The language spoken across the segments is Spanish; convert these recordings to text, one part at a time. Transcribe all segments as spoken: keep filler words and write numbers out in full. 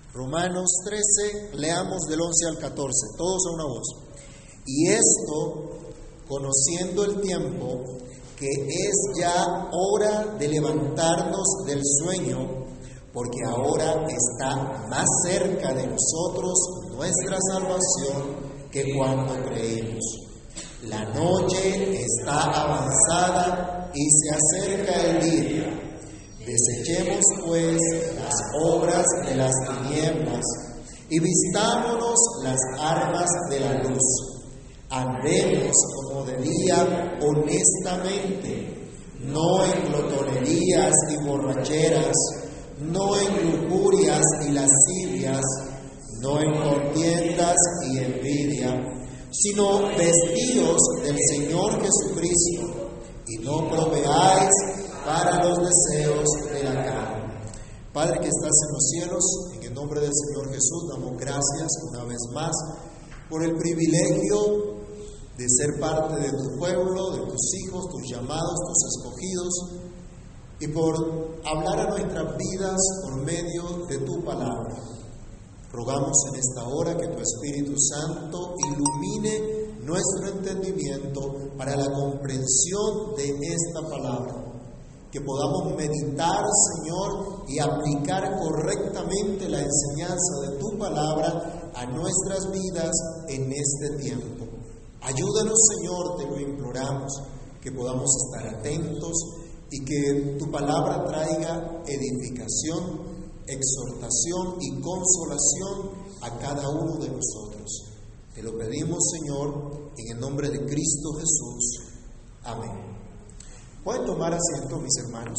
Romanos trece, leamos del once al catorce, todos a una voz. Y esto, conociendo el tiempo, que es ya hora de levantarnos del sueño, porque ahora está más cerca de nosotros nuestra salvación que cuando creímos. La noche está avanzada y se acerca el día. Desechemos pues las obras de las tinieblas y vistámonos las armas de la luz. Andemos como de día honestamente, no en glotonerías y borracheras, no en lujurias y lascivias, no en contiendas y envidia, sino vestidos del Señor Jesucristo, y no proveáis para los deseos de la carne. Padre que estás en los cielos, en el nombre del Señor Jesús, damos gracias una vez más por el privilegio de ser parte de tu pueblo, de tus hijos, tus llamados, tus escogidos, y por hablar a nuestras vidas por medio de tu palabra. Rogamos en esta hora que tu Espíritu Santo ilumine nuestro entendimiento para la comprensión de esta palabra, que podamos meditar, Señor, y aplicar correctamente la enseñanza de tu palabra a nuestras vidas en este tiempo. Ayúdanos, Señor, te lo imploramos, que podamos estar atentos y que tu palabra traiga edificación, exhortación y consolación a cada uno de nosotros. Te lo pedimos, Señor, en el nombre de Cristo Jesús. Amén. Pueden tomar asiento, mis hermanos.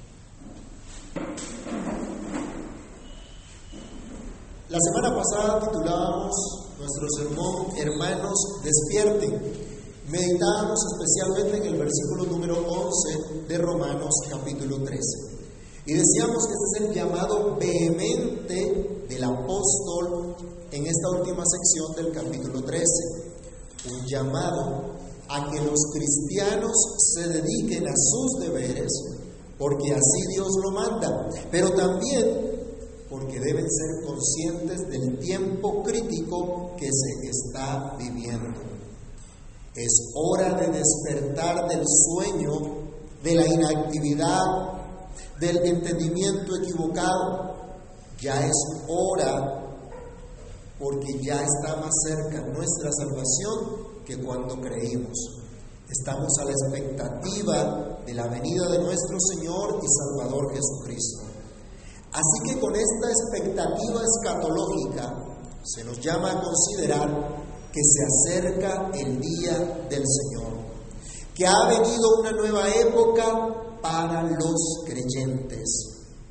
La semana pasada titulábamos nuestro sermón Hermanos, despierten. Meditábamos especialmente en el versículo número once de Romanos capítulo trece. Y decíamos que este es el llamado vehemente del apóstol en esta última sección del capítulo trece. Un llamado a que los cristianos se dediquen a sus deberes, porque así Dios lo manda, pero también porque deben ser conscientes del tiempo crítico que se está viviendo. Es hora de despertar del sueño, de la inactividad, del entendimiento equivocado. Ya es hora, porque ya está más cerca nuestra salvación que cuando creímos. Estamos a la expectativa de la venida de nuestro Señor y Salvador Jesucristo. Así que con esta expectativa escatológica se nos llama a considerar que se acerca el día del Señor, que ha venido una nueva época para los creyentes.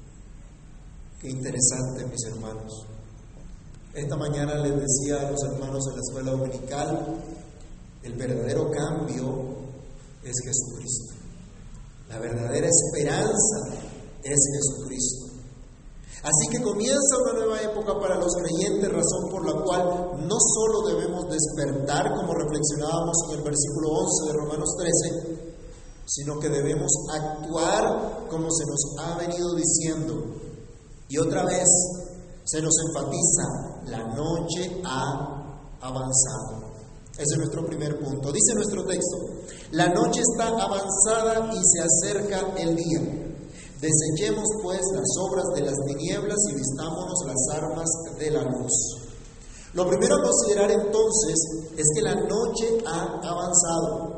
Qué interesante, mis hermanos. Esta mañana les decía a los hermanos de la escuela dominical, el verdadero cambio es Jesucristo. La verdadera esperanza es Jesucristo. Así que comienza una nueva época para los creyentes, razón por la cual no solo debemos despertar, como reflexionábamos en el versículo once de Romanos trece, sino que debemos actuar como se nos ha venido diciendo. Y otra vez se nos enfatiza, la noche ha avanzado. Ese es nuestro primer punto. Dice nuestro texto, la noche está avanzada y se acerca el día. Desechemos pues las obras de las tinieblas y vistámonos las armas de la luz. Lo primero a considerar entonces es que la noche ha avanzado.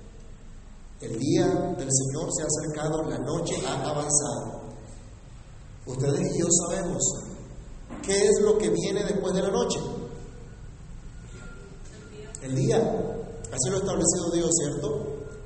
El día del Señor se ha acercado, la noche ha avanzado. Ustedes y yo sabemos qué es lo que viene después de la noche. El día. Así lo ha establecido Dios, ¿cierto?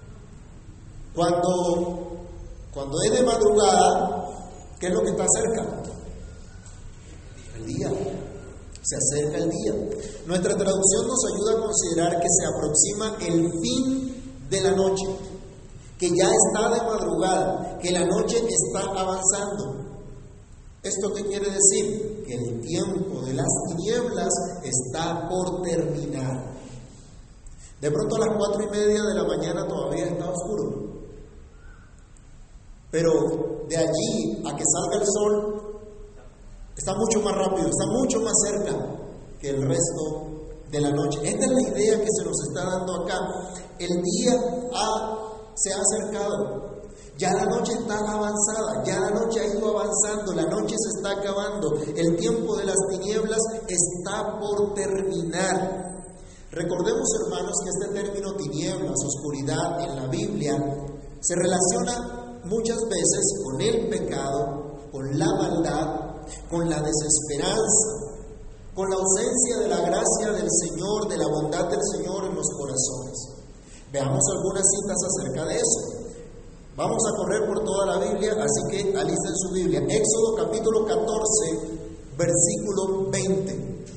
Cuando, cuando es de madrugada, ¿qué es lo que está cerca? El día. Se acerca el día. Nuestra traducción nos ayuda a considerar que se aproxima el fin de la noche, que ya está de madrugada, que la noche está avanzando. ¿Esto qué quiere decir? Que el tiempo de las tinieblas está por terminar. De pronto a las cuatro y media de la mañana todavía está oscuro. Pero de allí a que salga el sol, Está mucho más rápido, está mucho más cerca que el resto de la noche. Esta es la idea que se nos está dando acá. El día ha, se ha acercado. Ya la noche está avanzada, ya la noche ha ido avanzando, la noche se está acabando, el tiempo de las tinieblas está por terminar. Recordemos, hermanos, que este término tinieblas, oscuridad, en la Biblia se relaciona muchas veces con el pecado, con la maldad, con la desesperanza, con la ausencia de la gracia del Señor, de la bondad del Señor en los corazones. Veamos algunas citas acerca de eso. Vamos a correr por toda la Biblia, así que alisten su Biblia. Éxodo capítulo catorce, versículo veinte.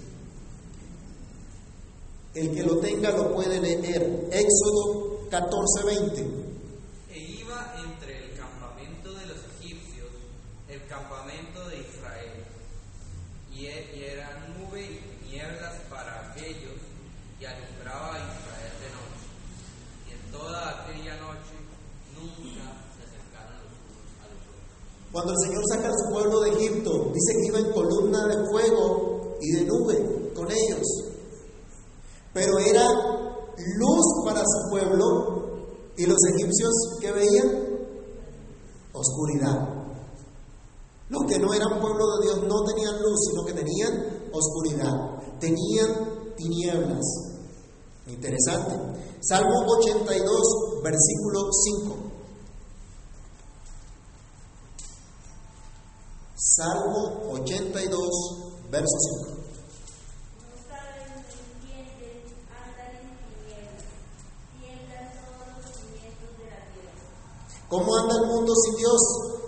El que lo tenga lo puede leer. Éxodo catorce, veinte. E iba entre el campamento de los egipcios, el campamento de Israel, y era nube y nieblas para aquellos, y alumbraba a Israel de noche. Y en toda aquella noche nunca se acercaron los unos a los otros. Cuando el Señor saca a su pueblo de Egipto, dice que iba en columna de fuego y de nube con ellos. Pero era luz para su pueblo, y los egipcios, ¿qué veían? Oscuridad. Los que no eran pueblo de Dios no tenían luz, sino que tenían oscuridad, tenían tinieblas. Interesante. Salmo ochenta y dos, versículo cinco. Salmo ochenta y dos, verso cinco. ¿Cómo anda el mundo sin Dios?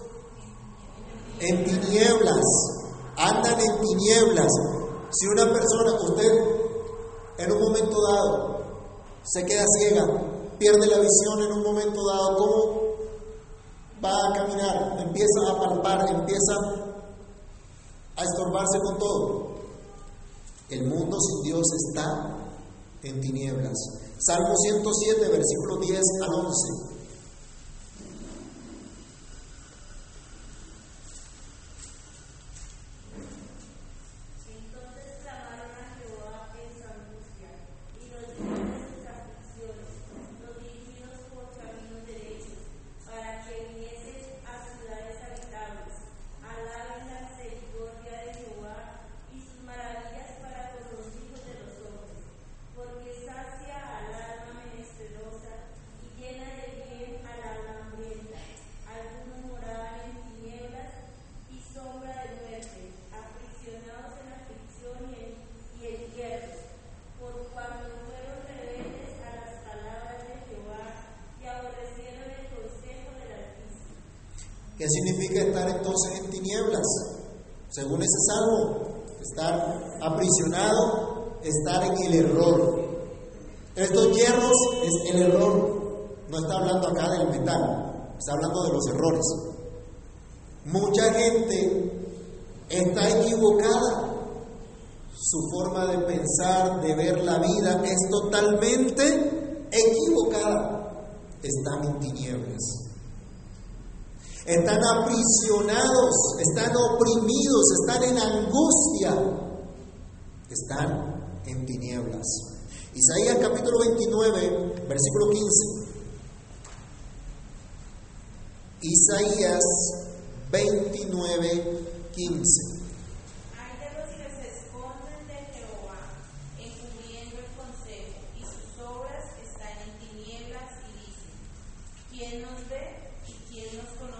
En tinieblas. Andan en tinieblas. Si una persona, usted en un momento dado se queda ciega, pierde la visión en un momento dado, ¿cómo va a caminar? Empieza a palpar, empieza a estorbarse con todo. El mundo sin Dios está en tinieblas. Salmo ciento siete, versículos diez al once. ¿Qué significa estar entonces en tinieblas? Según ese salmo, estar aprisionado, estar en el error. Estos hierros es el error. No está hablando acá del metal, está hablando de los errores. Mucha gente está equivocada. Su forma de pensar, de ver la vida es totalmente equivocada. Están en tinieblas. Están aprisionados, están oprimidos, están en angustia, están en tinieblas. Isaías capítulo veintinueve, versículo quince. Isaías veintinueve, quince. Hay de los que se esconden de Jehová, encubriendo el consejo, y sus obras están en tinieblas, y dicen: ¿quién nos ve y quién nos conoce?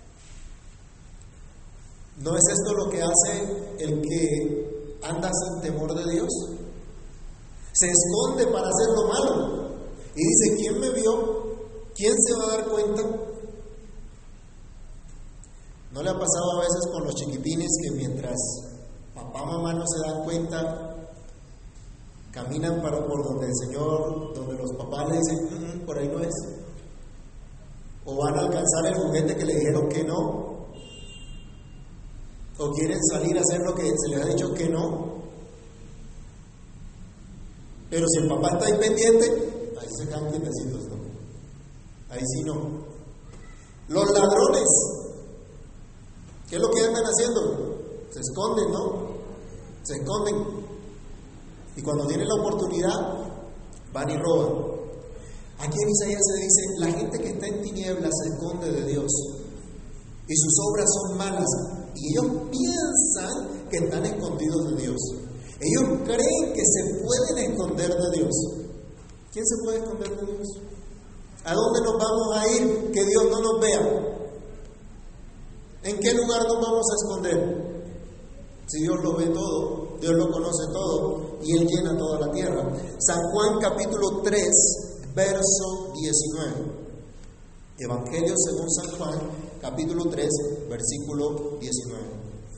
¿No es esto lo que hace el que anda sin temor de Dios? Se esconde para hacer lo malo y dice: ¿quién me vio? ¿Quién se va a dar cuenta? ¿No le ha pasado a veces con los chiquitines que mientras papá, mamá no se dan cuenta, caminan para por donde el Señor, donde los papás le dicen: mm, por ahí no es? ¿O van a alcanzar el juguete que le dijeron que no? ¿O quieren salir a hacer lo que se les ha dicho que no? Pero si el papá está ahí pendiente, ahí se quedan quietecitos, ¿no? Ahí sí no. Los ladrones, ¿qué es lo que andan haciendo? Se esconden, ¿no? Se esconden. Y cuando tienen la oportunidad, van y roban. Aquí en Isaías se dice, la gente que está en tinieblas se esconde de Dios. Y sus obras son malas. Y ellos piensan que están escondidos de Dios. Ellos creen que se pueden esconder de Dios. ¿Quién se puede esconder de Dios? ¿A dónde nos vamos a ir que Dios no nos vea? ¿En qué lugar nos vamos a esconder? Si Dios lo ve todo, Dios lo conoce todo y Él llena toda la tierra. San Juan capítulo tres, verso diecinueve. Evangelio según San Juan capítulo tres, versículo diecinueve.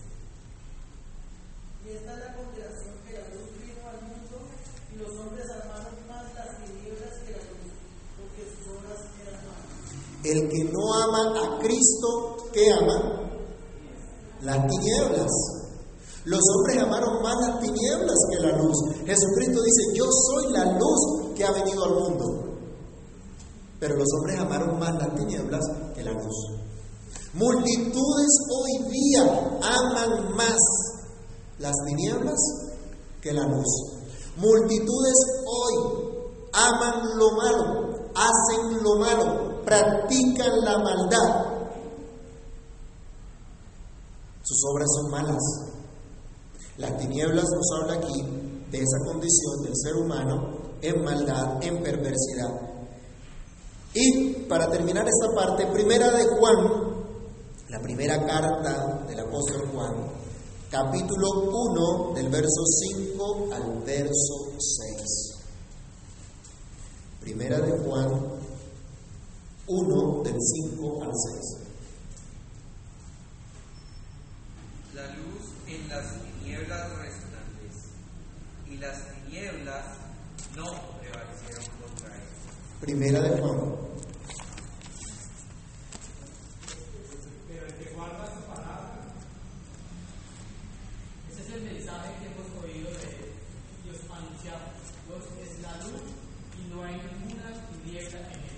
Y esta es la condenación, que la luz vino al mundo y los hombres amaron más las tinieblas que la luz, porque sus obras eran malas. El que no ama a Cristo, ¿qué ama? Las tinieblas. Los hombres amaron más las tinieblas que la luz. Jesucristo dice, yo soy la luz que ha venido al mundo. Pero los hombres amaron más las tinieblas que la luz. Multitudes hoy día aman más las tinieblas que la luz. Multitudes hoy aman lo malo, hacen lo malo, practican la maldad. Sus obras son malas. Las tinieblas nos habla aquí de esa condición del ser humano en maldad, en perversidad. Y para terminar esta parte, primera de Juan, la primera carta del apóstol Juan, capítulo uno, del verso cinco al verso seis. Primera de Juan uno, del cinco al seis. La luz en las tinieblas resplandece, y las tinieblas no prevalecieron contra él. Primera de Juan. Pero el que guarda su palabra, ese es el mensaje que hemos oído de Dios anunciado. Dios es la luz y no hay ninguna tiniebla en él.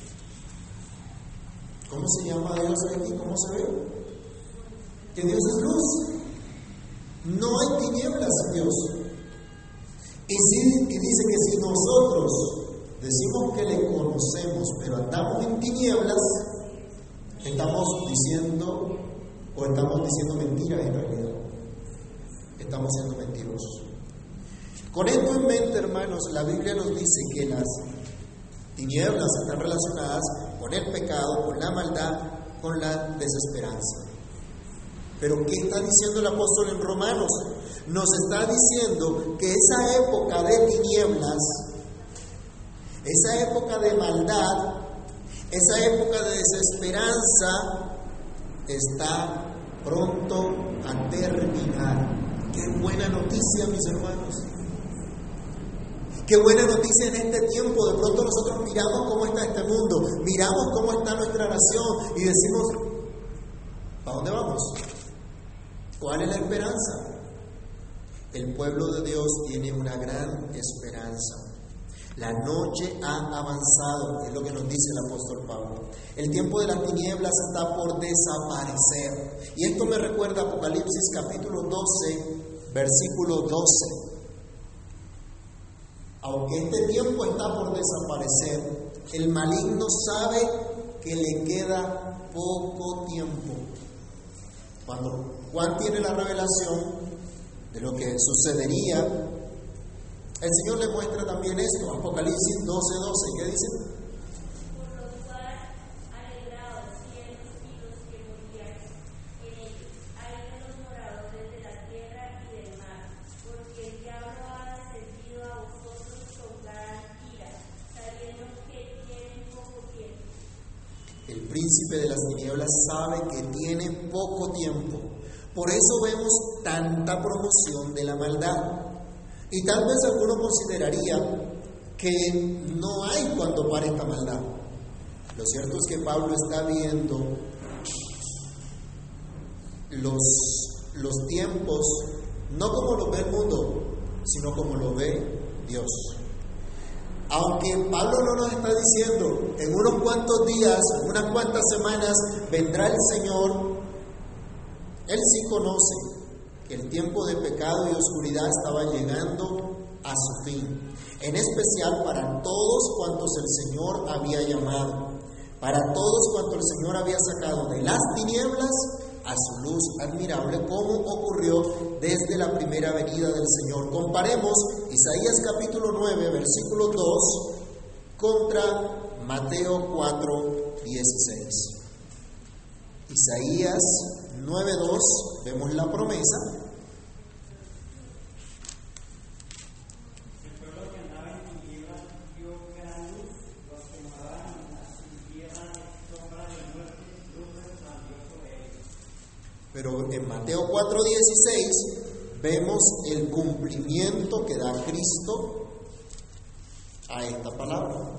¿Cómo se llama Dios aquí? ¿Cómo se ve? Que Dios es luz. No hay tinieblas en Dios. Y, si, y dice que si nosotros decimos que le conocemos, pero andamos en tinieblas, estamos diciendo, o estamos diciendo mentiras en realidad. Estamos siendo mentirosos. Con esto en mente, hermanos, la Biblia nos dice que las tinieblas están relacionadas con el pecado, con la maldad, con la desesperanza. Pero ¿qué está diciendo el apóstol en Romanos? Nos está diciendo que esa época de tinieblas, esa época de maldad, esa época de desesperanza está pronto a terminar. ¡Qué buena noticia, mis hermanos! ¡Qué buena noticia en este tiempo! De pronto nosotros miramos cómo está este mundo, miramos cómo está nuestra nación y decimos, ¿para dónde vamos? ¿Cuál es la esperanza? El pueblo de Dios tiene una gran esperanza. La noche ha avanzado, es lo que nos dice el apóstol Pablo. El tiempo de las tinieblas está por desaparecer. Y esto me recuerda a Apocalipsis capítulo doce, versículo doce. Aunque este tiempo está por desaparecer, el maligno sabe que le queda poco tiempo. Cuando Juan tiene la revelación de lo que sucedería, el Señor le muestra también esto. Apocalipsis doce, doce, ¿qué dice? Por lo cual, alegraos cielos y los que moríais en ellos, hay de los moradores de la tierra y del mar, porque el diablo ha descendido a vosotros con gran ira, sabiendo que tienen poco tiempo. El príncipe de las tinieblas sabe que tiene poco tiempo. Por eso vemos tanta promoción de la maldad. Y tal vez alguno consideraría que no hay cuando pare esta maldad. Lo cierto es que Pablo está viendo los, los tiempos, no como los ve el mundo, sino como lo ve Dios. Aunque Pablo no nos está diciendo, en unos cuantos días, en unas cuantas semanas, vendrá el Señor, Él sí conoce que el tiempo de pecado y oscuridad estaba llegando a su fin, en especial para todos cuantos el Señor había llamado, para todos cuantos el Señor había sacado de las tinieblas a su luz admirable, como ocurrió desde la primera venida del Señor. Comparemos Isaías capítulo nueve, versículo dos, contra Mateo cuatro, dieciséis. Isaías nueve dos, vemos la promesa. El pueblo que andaba en tinieblas vio gran luz, los que moraban en tierra de sombra de muerte, luz resplandeció sobre ellos. Pero en Mateo cuatro dieciséis vemos el cumplimiento que da Cristo a esta palabra.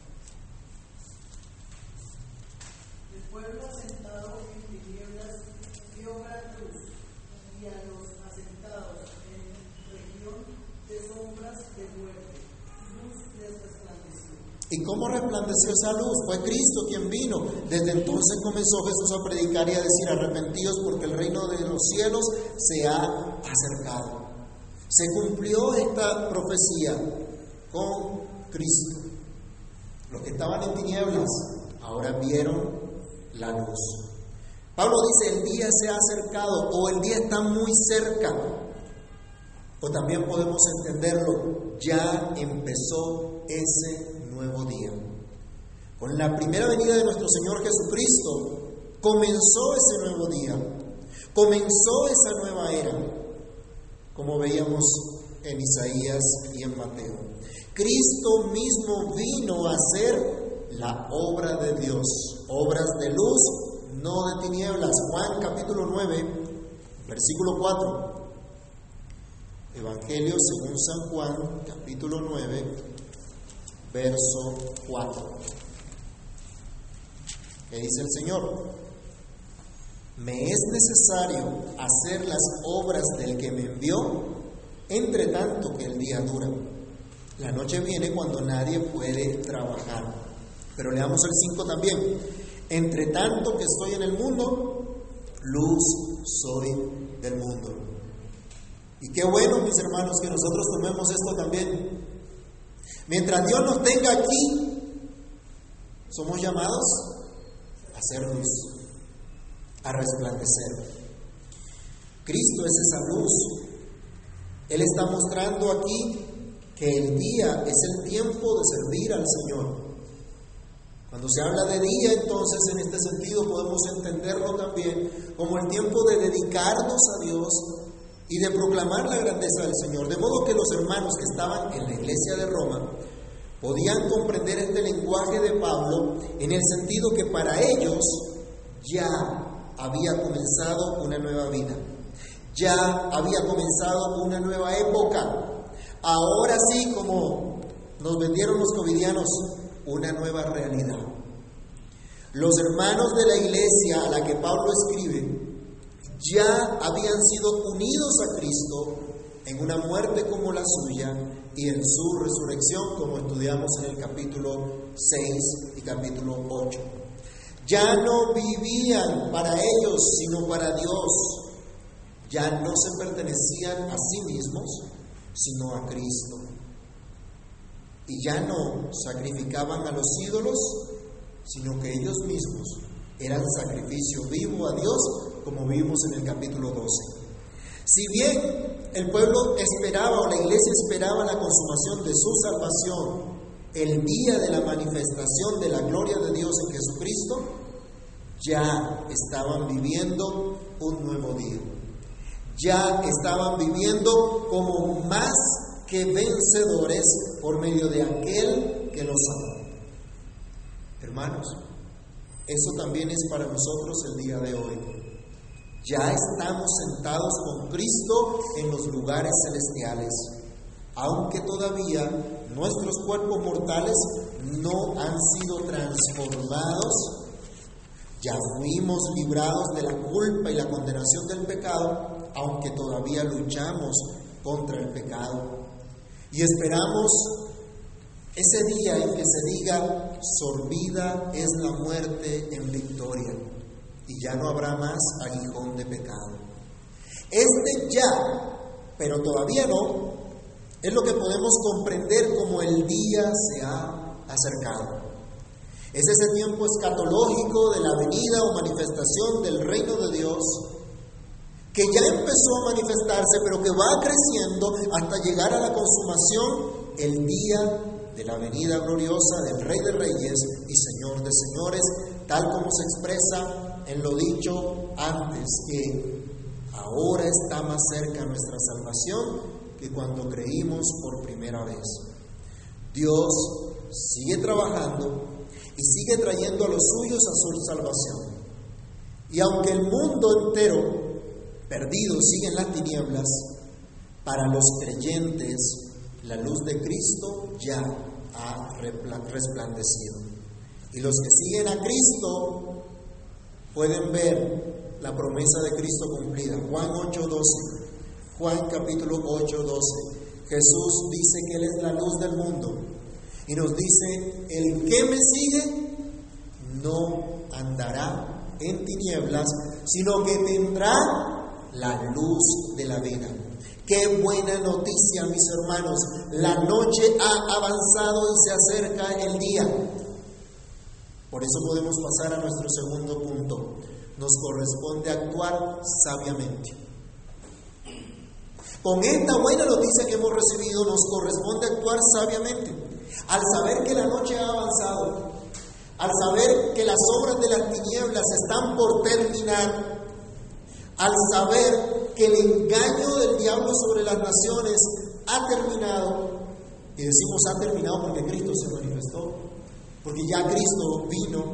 El pueblo asentado en tinieblas vio gran luz, y a los asentados en región de sombras de muerte, luz les resplandeció. ¿Y cómo resplandeció esa luz? Fue Cristo quien vino. Desde entonces comenzó Jesús a predicar y a decir: arrepentidos porque el reino de los cielos se ha acercado. Se cumplió esta profecía con Cristo. Los que estaban en tinieblas ahora vieron la luz. Pablo dice: el día se ha acercado, o el día está muy cerca. O también podemos entenderlo: ya empezó ese nuevo día. Con la primera venida de nuestro Señor Jesucristo comenzó ese nuevo día, comenzó esa nueva era, como veíamos en Isaías y en Mateo. Cristo mismo vino a hacer la obra de Dios, obras de luz, no de tinieblas. Juan capítulo nueve, versículo cuatro. Evangelio según San Juan, capítulo nueve, verso cuatro. ¿Qué dice el Señor? Me es necesario hacer las obras del que me envió, entre tanto que el día dura. La noche viene cuando nadie puede trabajar. Pero leamos el cinco también. Entre tanto que estoy en el mundo, luz soy del mundo. Y qué bueno, mis hermanos, que nosotros tomemos esto también. Mientras Dios nos tenga aquí, somos llamados a hacer luz, a resplandecer. Cristo es esa luz. Él está mostrando aquí que el día es el tiempo de servir al Señor. Cuando se habla de día, entonces en este sentido podemos entenderlo también como el tiempo de dedicarnos a Dios y de proclamar la grandeza del Señor. De modo que los hermanos que estaban en la iglesia de Roma podían comprender este lenguaje de Pablo en el sentido que para ellos ya había comenzado una nueva vida, ya había comenzado una nueva época. Ahora sí, como nos vendieron los covidianos, una nueva realidad. Los hermanos de la iglesia a la que Pablo escribe ya habían sido unidos a Cristo en una muerte como la suya y en su resurrección, como estudiamos en el capítulo seis y capítulo ocho. Ya no vivían para ellos, sino para Dios. Ya no se pertenecían a sí mismos, sino a Cristo. Y ya no sacrificaban a los ídolos, sino que ellos mismos eran sacrificio vivo a Dios, como vimos en el capítulo doce. Si bien el pueblo esperaba, o la iglesia esperaba la consumación de su salvación, el día de la manifestación de la gloria de Dios en Jesucristo, ya estaban viviendo un nuevo día. Ya estaban viviendo como más que vencedores por medio de aquel que los amó. Hermanos, eso también es para nosotros el día de hoy. Ya estamos sentados con Cristo en los lugares celestiales, aunque todavía nuestros cuerpos mortales no han sido transformados. Ya fuimos librados de la culpa y la condenación del pecado, aunque todavía luchamos contra el pecado. Y esperamos ese día en que se diga: sorbida es la muerte en victoria, y ya no habrá más aguijón de pecado. Este ya, pero todavía no, es lo que podemos comprender como el día se ha acercado. Es ese tiempo escatológico de la venida o manifestación del reino de Dios, que ya empezó a manifestarse, pero que va creciendo hasta llegar a la consumación, el día de la venida gloriosa del Rey de Reyes y Señor de Señores, tal como se expresa en lo dicho antes, que ahora está más cerca nuestra salvación que cuando creímos por primera vez. Dios sigue trabajando y sigue trayendo a los suyos a su salvación. Y aunque el mundo entero perdido sigue en las tinieblas, para los creyentes la luz de Cristo ya ha resplandecido. Y los que siguen a Cristo pueden ver la promesa de Cristo cumplida. Juan ocho doce. Juan capítulo ocho doce. Jesús dice que Él es la luz del mundo. Y nos dice, el que me sigue no andará en tinieblas, sino que tendrá la luz de la vida. Qué buena noticia, mis hermanos. La noche ha avanzado y se acerca el día. Por eso podemos pasar a nuestro segundo punto. Nos corresponde actuar sabiamente. Con esta buena noticia que hemos recibido, nos corresponde actuar sabiamente. Al saber que la noche ha avanzado, al saber que las obras de las tinieblas están por terminar, al saber que el engaño del diablo sobre las naciones ha terminado, y decimos ha terminado porque Cristo se manifestó, porque ya Cristo vino,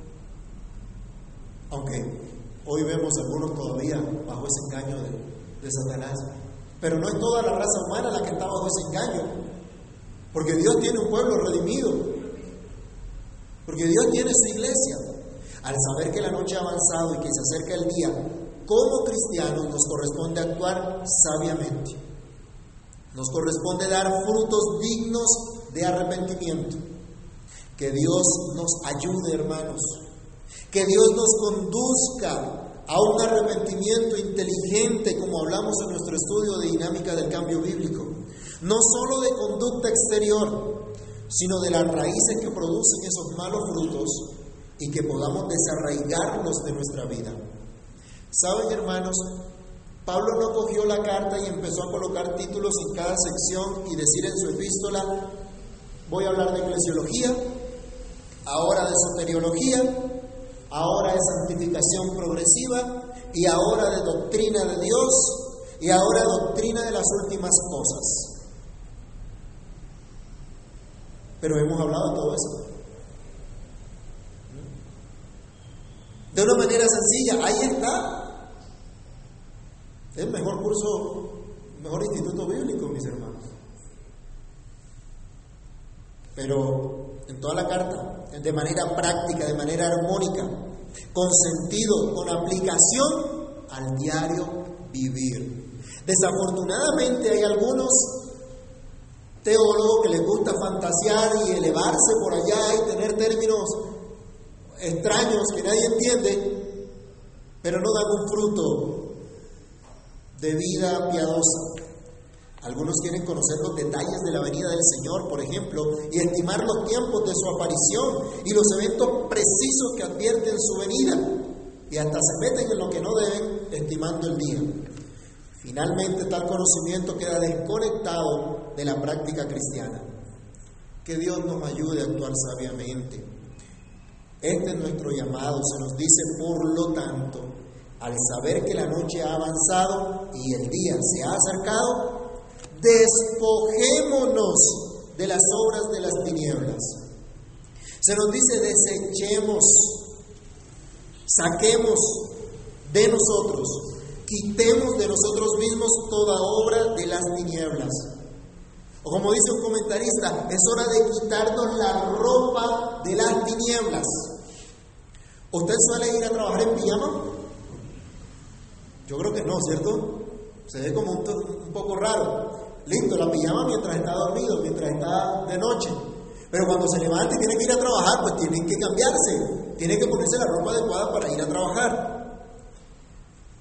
aunque hoy vemos algunos todavía bajo ese engaño de, de Satanás, pero no es toda la raza humana la que está bajo ese engaño, porque Dios tiene un pueblo redimido, porque Dios tiene su iglesia. Al saber que la noche ha avanzado y que se acerca el día, como cristianos nos corresponde actuar sabiamente. Nos corresponde dar frutos dignos de arrepentimiento. Que Dios nos ayude, hermanos. Que Dios nos conduzca a un arrepentimiento inteligente, como hablamos en nuestro estudio de dinámica del cambio bíblico. No solo de conducta exterior, sino de las raíces que producen esos malos frutos y que podamos desarraigarlos de nuestra vida. ¿Saben, hermanos? Pablo no cogió la carta y empezó a colocar títulos en cada sección y decir en su epístola, voy a hablar de eclesiología, ahora de soteriología, ahora de santificación progresiva, y ahora de doctrina de Dios, y ahora doctrina de las últimas cosas. Pero hemos hablado de todo eso. De una manera sencilla, ahí está. Es el mejor curso, mejor instituto bíblico, mis hermanos. Pero en toda la carta, de manera práctica, de manera armónica, con sentido, con aplicación al diario vivir. Desafortunadamente hay algunos teólogos que les gusta fantasear y elevarse por allá y tener términos extraños que nadie entiende, pero no dan un fruto de vida piadosa. Algunos quieren conocer los detalles de la venida del Señor, por ejemplo, y estimar los tiempos de su aparición y los eventos precisos que advierten su venida, y hasta se meten en lo que no deben, estimando el día. Finalmente, tal conocimiento queda desconectado de la práctica cristiana. Que Dios nos ayude a actuar sabiamente. Este es nuestro llamado. Se nos dice, por lo tanto, al saber que la noche ha avanzado y el día se ha acercado, despojémonos de las obras de las tinieblas. Se nos dice, desechemos, saquemos de nosotros, quitemos de nosotros mismos toda obra de las tinieblas. O como dice un comentarista, es hora de quitarnos la ropa de las tinieblas. ¿Usted suele ir a trabajar en pijama? Yo creo que no, ¿cierto? Se ve como un, un poco raro. Listo, la pijama mientras está dormido, mientras está de noche. Pero cuando se levanta y tiene que ir a trabajar, pues tienen que cambiarse. Tienen que ponerse la ropa adecuada para ir a trabajar.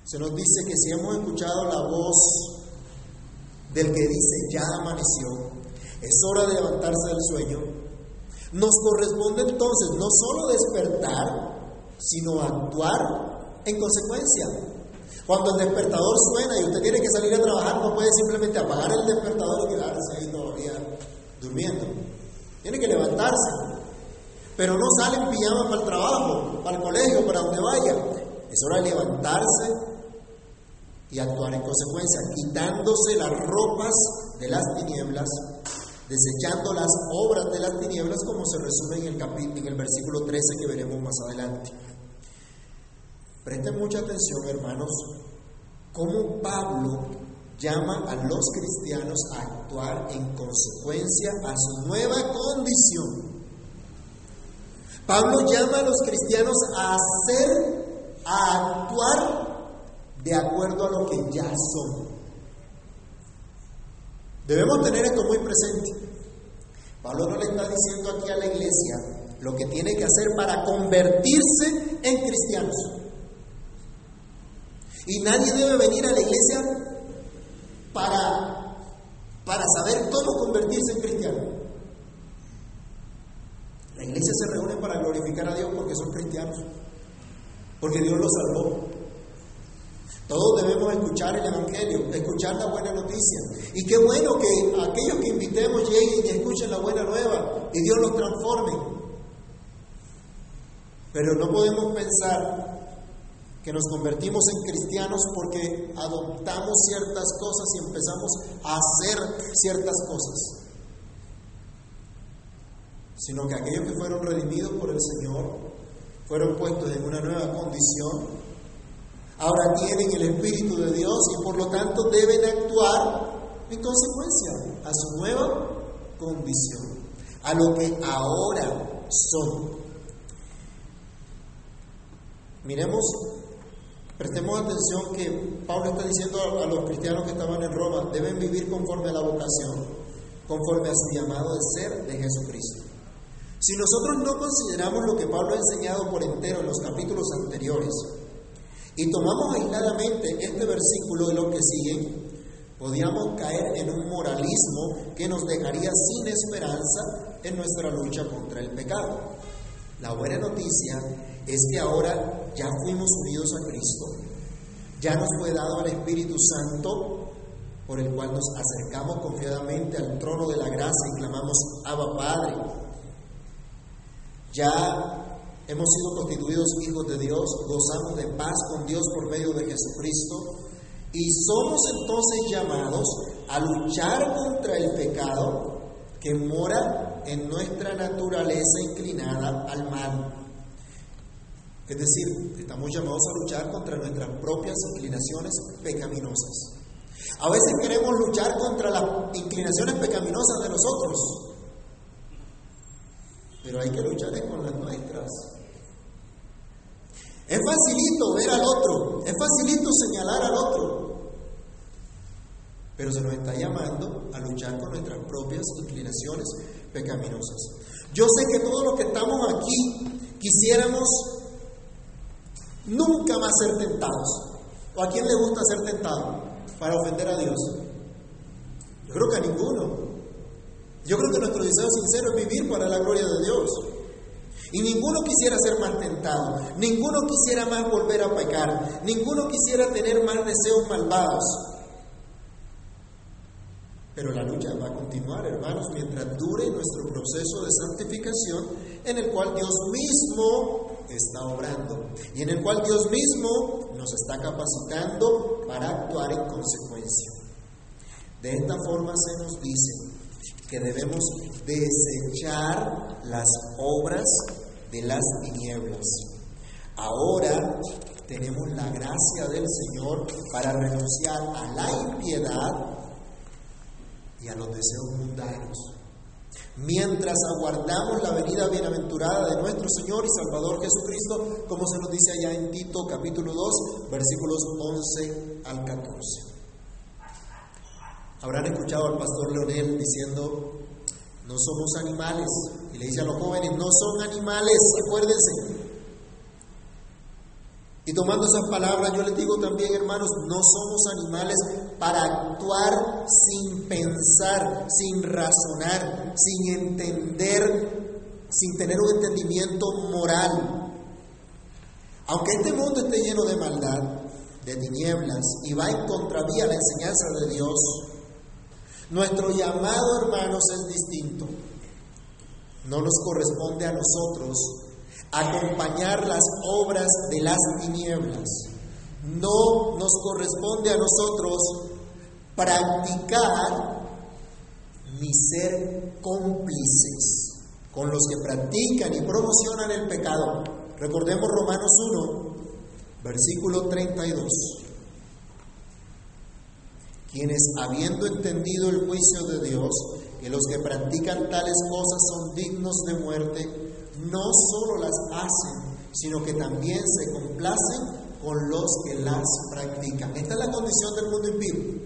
Se nos dice que si hemos escuchado la voz del que dice ya amaneció, es hora de levantarse del sueño, nos corresponde entonces no solo despertar, sino actuar en consecuencia. Cuando el despertador suena y usted tiene que salir a trabajar, no puede simplemente apagar el despertador y quedarse ahí todavía durmiendo. Tiene que levantarse. Pero no sale en pijama para el trabajo, para el colegio, para donde vaya. Es hora de levantarse y actuar en consecuencia, quitándose las ropas de las tinieblas, desechando las obras de las tinieblas, como se resume en el capítulo, en el versículo trece que veremos más adelante. Presten mucha atención, hermanos, cómo Pablo llama a los cristianos a actuar en consecuencia a su nueva condición. Pablo llama a los cristianos a hacer, a actuar de acuerdo a lo que ya son. Debemos tener esto muy presente. Pablo no le está diciendo aquí a la iglesia lo que tiene que hacer para convertirse en cristianos. Y nadie debe venir a la iglesia para, para saber cómo convertirse en cristiano. La iglesia se reúne para glorificar a Dios porque son cristianos, porque Dios los salvó. Todos debemos escuchar el Evangelio, escuchar la buena noticia. Y qué bueno que aquellos que invitemos lleguen y escuchen la buena nueva y Dios los transforme. Pero no podemos pensar que nos convertimos en cristianos porque adoptamos ciertas cosas y empezamos a hacer ciertas cosas, sino que aquellos que fueron redimidos por el Señor, fueron puestos en una nueva condición, ahora tienen el Espíritu de Dios y por lo tanto deben actuar en consecuencia a su nueva condición, a lo que ahora son. Miremos, prestemos atención que Pablo está diciendo a los cristianos que estaban en Roma, deben vivir conforme a la vocación, conforme a su llamado de ser de Jesucristo. Si nosotros no consideramos lo que Pablo ha enseñado por entero en los capítulos anteriores y tomamos aisladamente este versículo y lo que siguen, podríamos caer en un moralismo que nos dejaría sin esperanza en nuestra lucha contra el pecado. La buena noticia es que ahora ya fuimos unidos a Cristo, ya nos fue dado el Espíritu Santo, por el cual nos acercamos confiadamente al trono de la gracia y clamamos Abba Padre. Ya hemos sido constituidos hijos de Dios, gozamos de paz con Dios por medio de Jesucristo y somos entonces llamados a luchar contra el pecado que mora en nuestra naturaleza inclinada al mal. Es decir, estamos llamados a luchar contra nuestras propias inclinaciones pecaminosas. A veces queremos luchar contra las inclinaciones pecaminosas de nosotros, pero hay que luchar con las nuestras. Es facilito ver al otro, es facilito señalar al otro, pero se nos está llamando a luchar con nuestras propias inclinaciones pecaminosas. Yo sé que todos los que estamos aquí quisiéramos nunca más ser tentados. ¿O a quién le gusta ser tentado para ofender a Dios? Yo creo que a ninguno. Yo creo que nuestro deseo sincero es vivir para la gloria de Dios. Y ninguno quisiera ser más tentado, ninguno quisiera más volver a pecar, ninguno quisiera tener más deseos malvados. Pero la lucha va a continuar, hermanos, mientras dure nuestro proceso de santificación en el cual Dios mismo está obrando y en el cual Dios mismo nos está capacitando para actuar en consecuencia. De esta forma se nos dice que debemos desechar las obras de las tinieblas. Ahora tenemos la gracia del Señor para renunciar a la impiedad y a los deseos mundanos, mientras aguardamos la venida bienaventurada de nuestro Señor y Salvador Jesucristo, como se nos dice allá en Tito capítulo dos, versículos once al catorce. Habrán escuchado al pastor Leonel diciendo, no somos animales, y le dice a los jóvenes, no son animales, acuérdense. Y tomando esas palabras, yo les digo también, hermanos, no somos animales para actuar sin pensar, sin razonar, sin entender, sin tener un entendimiento moral. Aunque este mundo esté lleno de maldad, de tinieblas, y va en contravía a la enseñanza de Dios, nuestro llamado, hermanos, es distinto. No nos corresponde a nosotros acompañar las obras de las tinieblas. No nos corresponde a nosotros practicar ni ser cómplices con los que practican y promocionan el pecado. Recordemos Romanos uno, versículo treinta y dos. Quienes, habiendo entendido el juicio de Dios, que los que practican tales cosas son dignos de muerte, no solo las hacen, sino que también se complacen con los que las practican. Esta es la condición del mundo impío.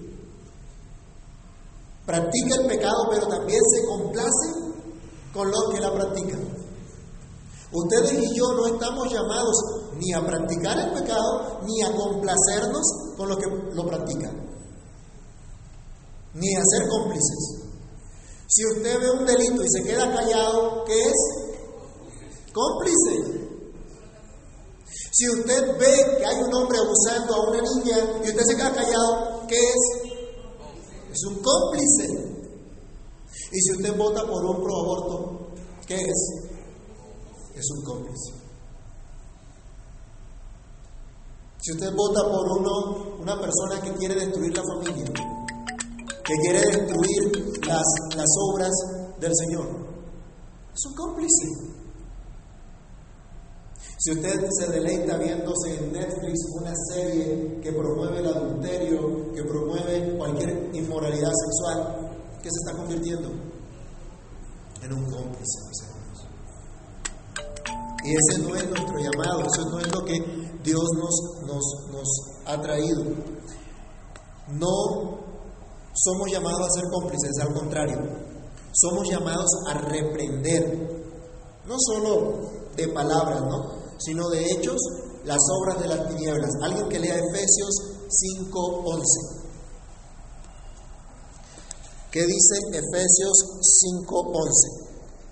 Practica el pecado, pero también se complace con los que la practican. Ustedes y yo no estamos llamados ni a practicar el pecado, ni a complacernos con los que lo practican, ni a ser cómplices. Si usted ve un delito y se queda callado, ¿qué es? Cómplice. Si usted ve que hay un hombre abusando a una niña y usted se queda callado, ¿qué es? Es un cómplice. Y si usted vota por un pro aborto, ¿qué es? Es un cómplice. Si usted vota por uno, una persona que quiere destruir la familia, que quiere destruir las, las obras del Señor, es un cómplice. Si usted se deleita viéndose en Netflix una serie que promueve el adulterio, que promueve cualquier inmoralidad sexual, ¿qué se está convirtiendo? En un cómplice, mis hermanos. Y ese no es nuestro llamado, eso no es lo que Dios nos, nos, nos ha traído. No somos llamados a ser cómplices, al contrario, somos llamados a reprender, no solo de palabras, ¿no?, sino de hechos, las obras de las tinieblas. Alguien que lea Efesios cinco once. ¿Qué dice Efesios cinco once?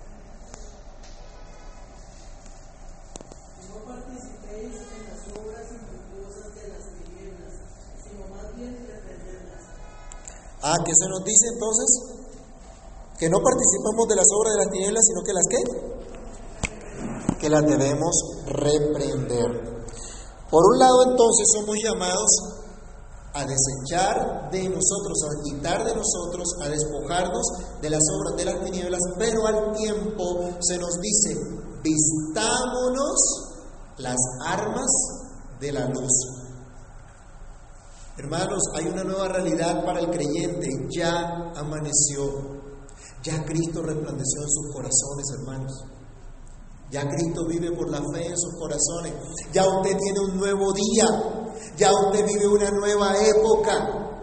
No participéis en las obras infructuosas de las tinieblas, sino más bien reprenderlas. Ah, ¿qué se nos dice entonces? Que no participamos de las obras de las tinieblas, sino que las ¿qué? Que las debemos reprender. Por un lado, entonces, somos llamados a desechar de nosotros, a quitar de nosotros, a despojarnos de las obras de las tinieblas, pero al tiempo se nos dice, vistámonos las armas de la luz. Hermanos, hay una nueva realidad para el creyente, ya amaneció, ya Cristo resplandeció en sus corazones, hermanos. Ya Cristo vive por la fe en sus corazones. Ya usted tiene un nuevo día. Ya usted vive una nueva época.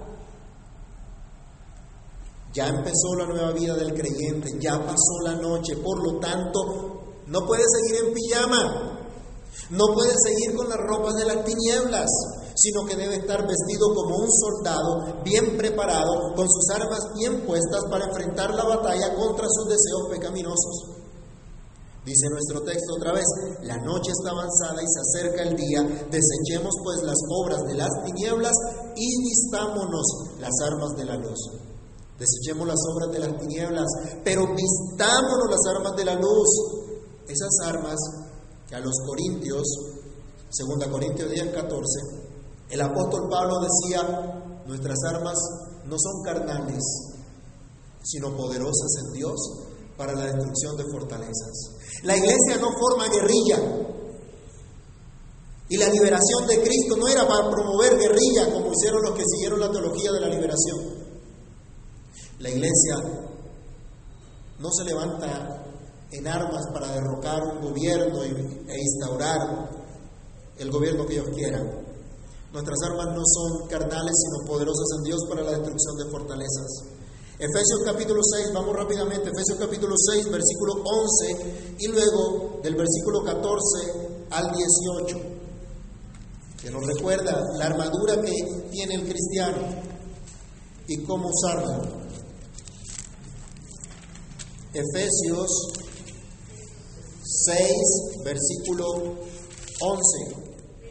Ya empezó la nueva vida del creyente. Ya pasó la noche. Por lo tanto, no puede seguir en pijama. No puede seguir con las ropas de las tinieblas, sino que debe estar vestido como un soldado, bien preparado, con sus armas bien puestas para enfrentar la batalla contra sus deseos pecaminosos. Dice nuestro texto otra vez, la noche está avanzada y se acerca el día, desechemos pues las obras de las tinieblas y vistámonos las armas de la luz. Desechemos las obras de las tinieblas, pero vistámonos las armas de la luz. Esas armas que a los Corintios, segunda Corintios diez, catorce, el apóstol Pablo decía, nuestras armas no son carnales, sino poderosas en Dios para la destrucción de fortalezas. La iglesia no forma guerrilla. Y la liberación de Cristo no era para promover guerrilla como hicieron los que siguieron la teología de la liberación. La iglesia no se levanta en armas para derrocar un gobierno e instaurar el gobierno que ellos quieran. Nuestras armas no son carnales, sino poderosas en Dios para la destrucción de fortalezas. Efesios capítulo seis, vamos rápidamente, Efesios capítulo seis, versículo once, y luego del versículo catorce al dieciocho. que nos recuerda la armadura que tiene el cristiano y cómo usarla. Efesios seis, versículo once.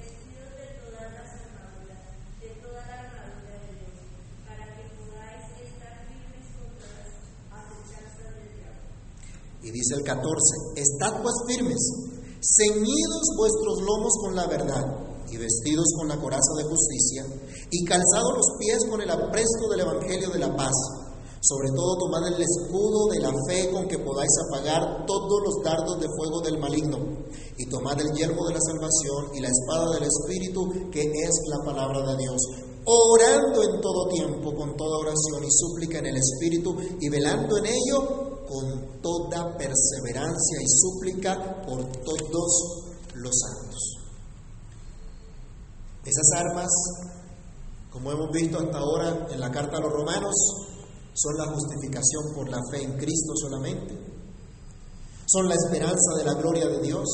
Y dice el catorce, estad pues firmes, ceñidos vuestros lomos con la verdad, y vestidos con la coraza de justicia, y calzados los pies con el apresto del evangelio de la paz. Sobre todo tomad el escudo de la fe con que podáis apagar todos los dardos de fuego del maligno, y tomad el yelmo de la salvación y la espada del Espíritu, que es la palabra de Dios, orando en todo tiempo con toda oración y súplica en el Espíritu, y velando en ello con toda perseverancia y súplica por todos los santos. Esas armas, como hemos visto hasta ahora en la carta a los Romanos, son la justificación por la fe en Cristo solamente. Son la esperanza de la gloria de Dios,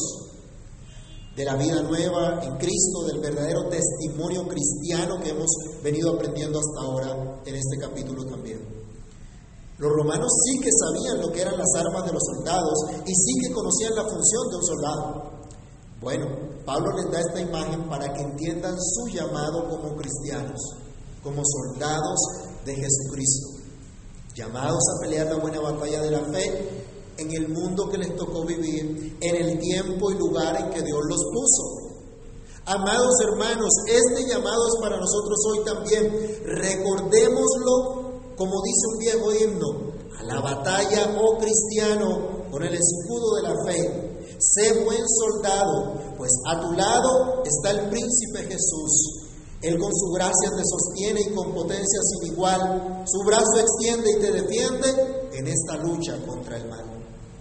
de la vida nueva en Cristo, del verdadero testimonio cristiano que hemos venido aprendiendo hasta ahora en este capítulo también. Los romanos sí que sabían lo que eran las armas de los soldados y sí que conocían la función de un soldado. Bueno, Pablo les da esta imagen para que entiendan su llamado como cristianos, como soldados de Jesucristo, llamados a pelear la buena batalla de la fe en el mundo que les tocó vivir, en el tiempo y lugar en que Dios los puso. Amados hermanos, este llamado es para nosotros hoy también. Recordémoslo, como dice un viejo himno, a la batalla, oh cristiano, con el escudo de la fe. Sé buen soldado, pues a tu lado está el príncipe Jesús. Él con su gracia te sostiene y con potencia sin igual, su brazo extiende y te defiende en esta lucha contra el mal.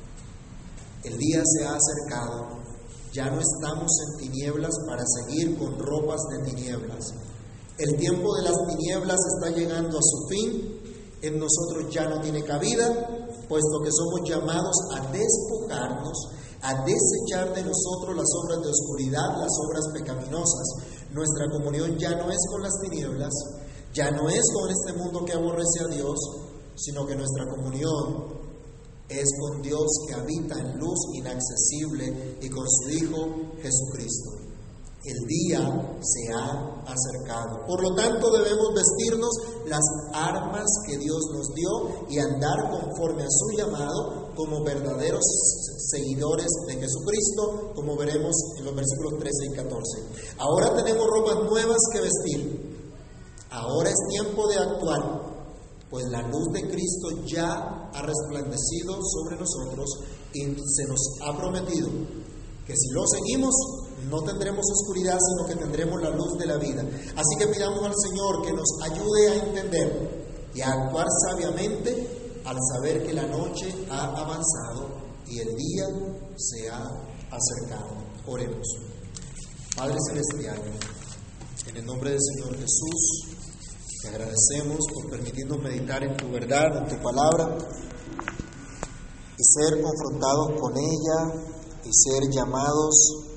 El día se ha acercado, ya no estamos en tinieblas para seguir con ropas de tinieblas. El tiempo de las tinieblas está llegando a su fin, en nosotros ya no tiene cabida, puesto que somos llamados a despojarnos, a desechar de nosotros las obras de oscuridad, las obras pecaminosas. Nuestra comunión ya no es con las tinieblas, ya no es con este mundo que aborrece a Dios, sino que nuestra comunión es con Dios que habita en luz inaccesible y con su Hijo Jesucristo. El día se ha acercado. Por lo tanto, debemos vestirnos las armas que Dios nos dio y andar conforme a su llamado como verdaderos seguidores de Jesucristo, como veremos en los versículos trece y catorce. Ahora tenemos ropas nuevas que vestir. Ahora es tiempo de actuar, pues la luz de Cristo ya ha resplandecido sobre nosotros y se nos ha prometido que si lo seguimos, no tendremos oscuridad, sino que tendremos la luz de la vida. Así que pidamos al Señor que nos ayude a entender y a actuar sabiamente al saber que la noche ha avanzado y el día se ha acercado. Oremos. Padre Celestial, en el nombre del Señor Jesús, te agradecemos por permitirnos meditar en tu verdad, en tu palabra, y ser confrontados con ella y ser llamados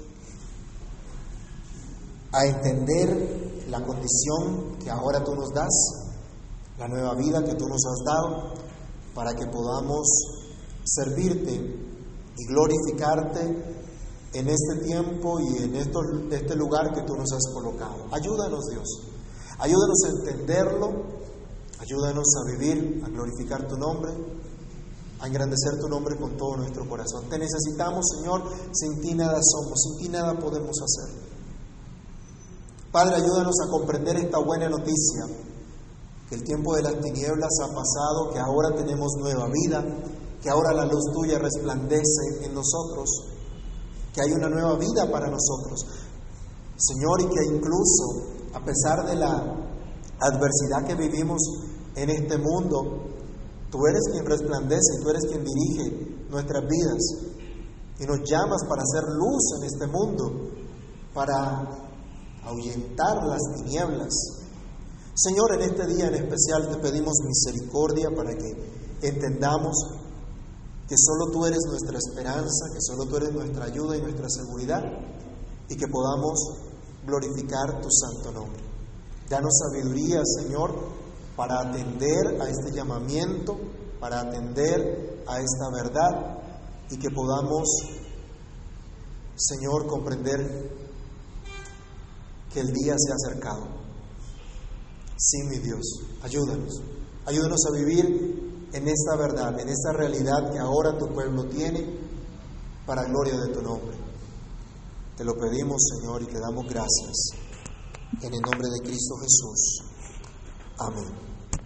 a entender la condición que ahora tú nos das, la nueva vida que tú nos has dado, para que podamos servirte y glorificarte en este tiempo y en esto, este lugar que tú nos has colocado. Ayúdanos, Dios, ayúdanos a entenderlo, ayúdanos a vivir, a glorificar tu nombre, a engrandecer tu nombre con todo nuestro corazón. Te necesitamos, Señor, sin ti nada somos, sin ti nada podemos hacer. Padre, ayúdanos a comprender esta buena noticia, que el tiempo de las tinieblas ha pasado, que ahora tenemos nueva vida, que ahora la luz tuya resplandece en nosotros, que hay una nueva vida para nosotros, Señor, y que incluso a pesar de la adversidad que vivimos en este mundo, tú eres quien resplandece, tú eres quien dirige nuestras vidas y nos llamas para hacer luz en este mundo, para ahuyentar las tinieblas. Señor, en este día en especial te pedimos misericordia para que entendamos que solo tú eres nuestra esperanza, que solo tú eres nuestra ayuda y nuestra seguridad, y que podamos glorificar tu santo nombre. Danos sabiduría, Señor, para atender a este llamamiento, para atender a esta verdad y que podamos, Señor, comprender que el día se ha acercado. Sí, mi Dios, ayúdanos. Ayúdanos a vivir en esta verdad, en esta realidad que ahora tu pueblo tiene para gloria de tu nombre. Te lo pedimos, Señor, y te damos gracias. En el nombre de Cristo Jesús. Amén.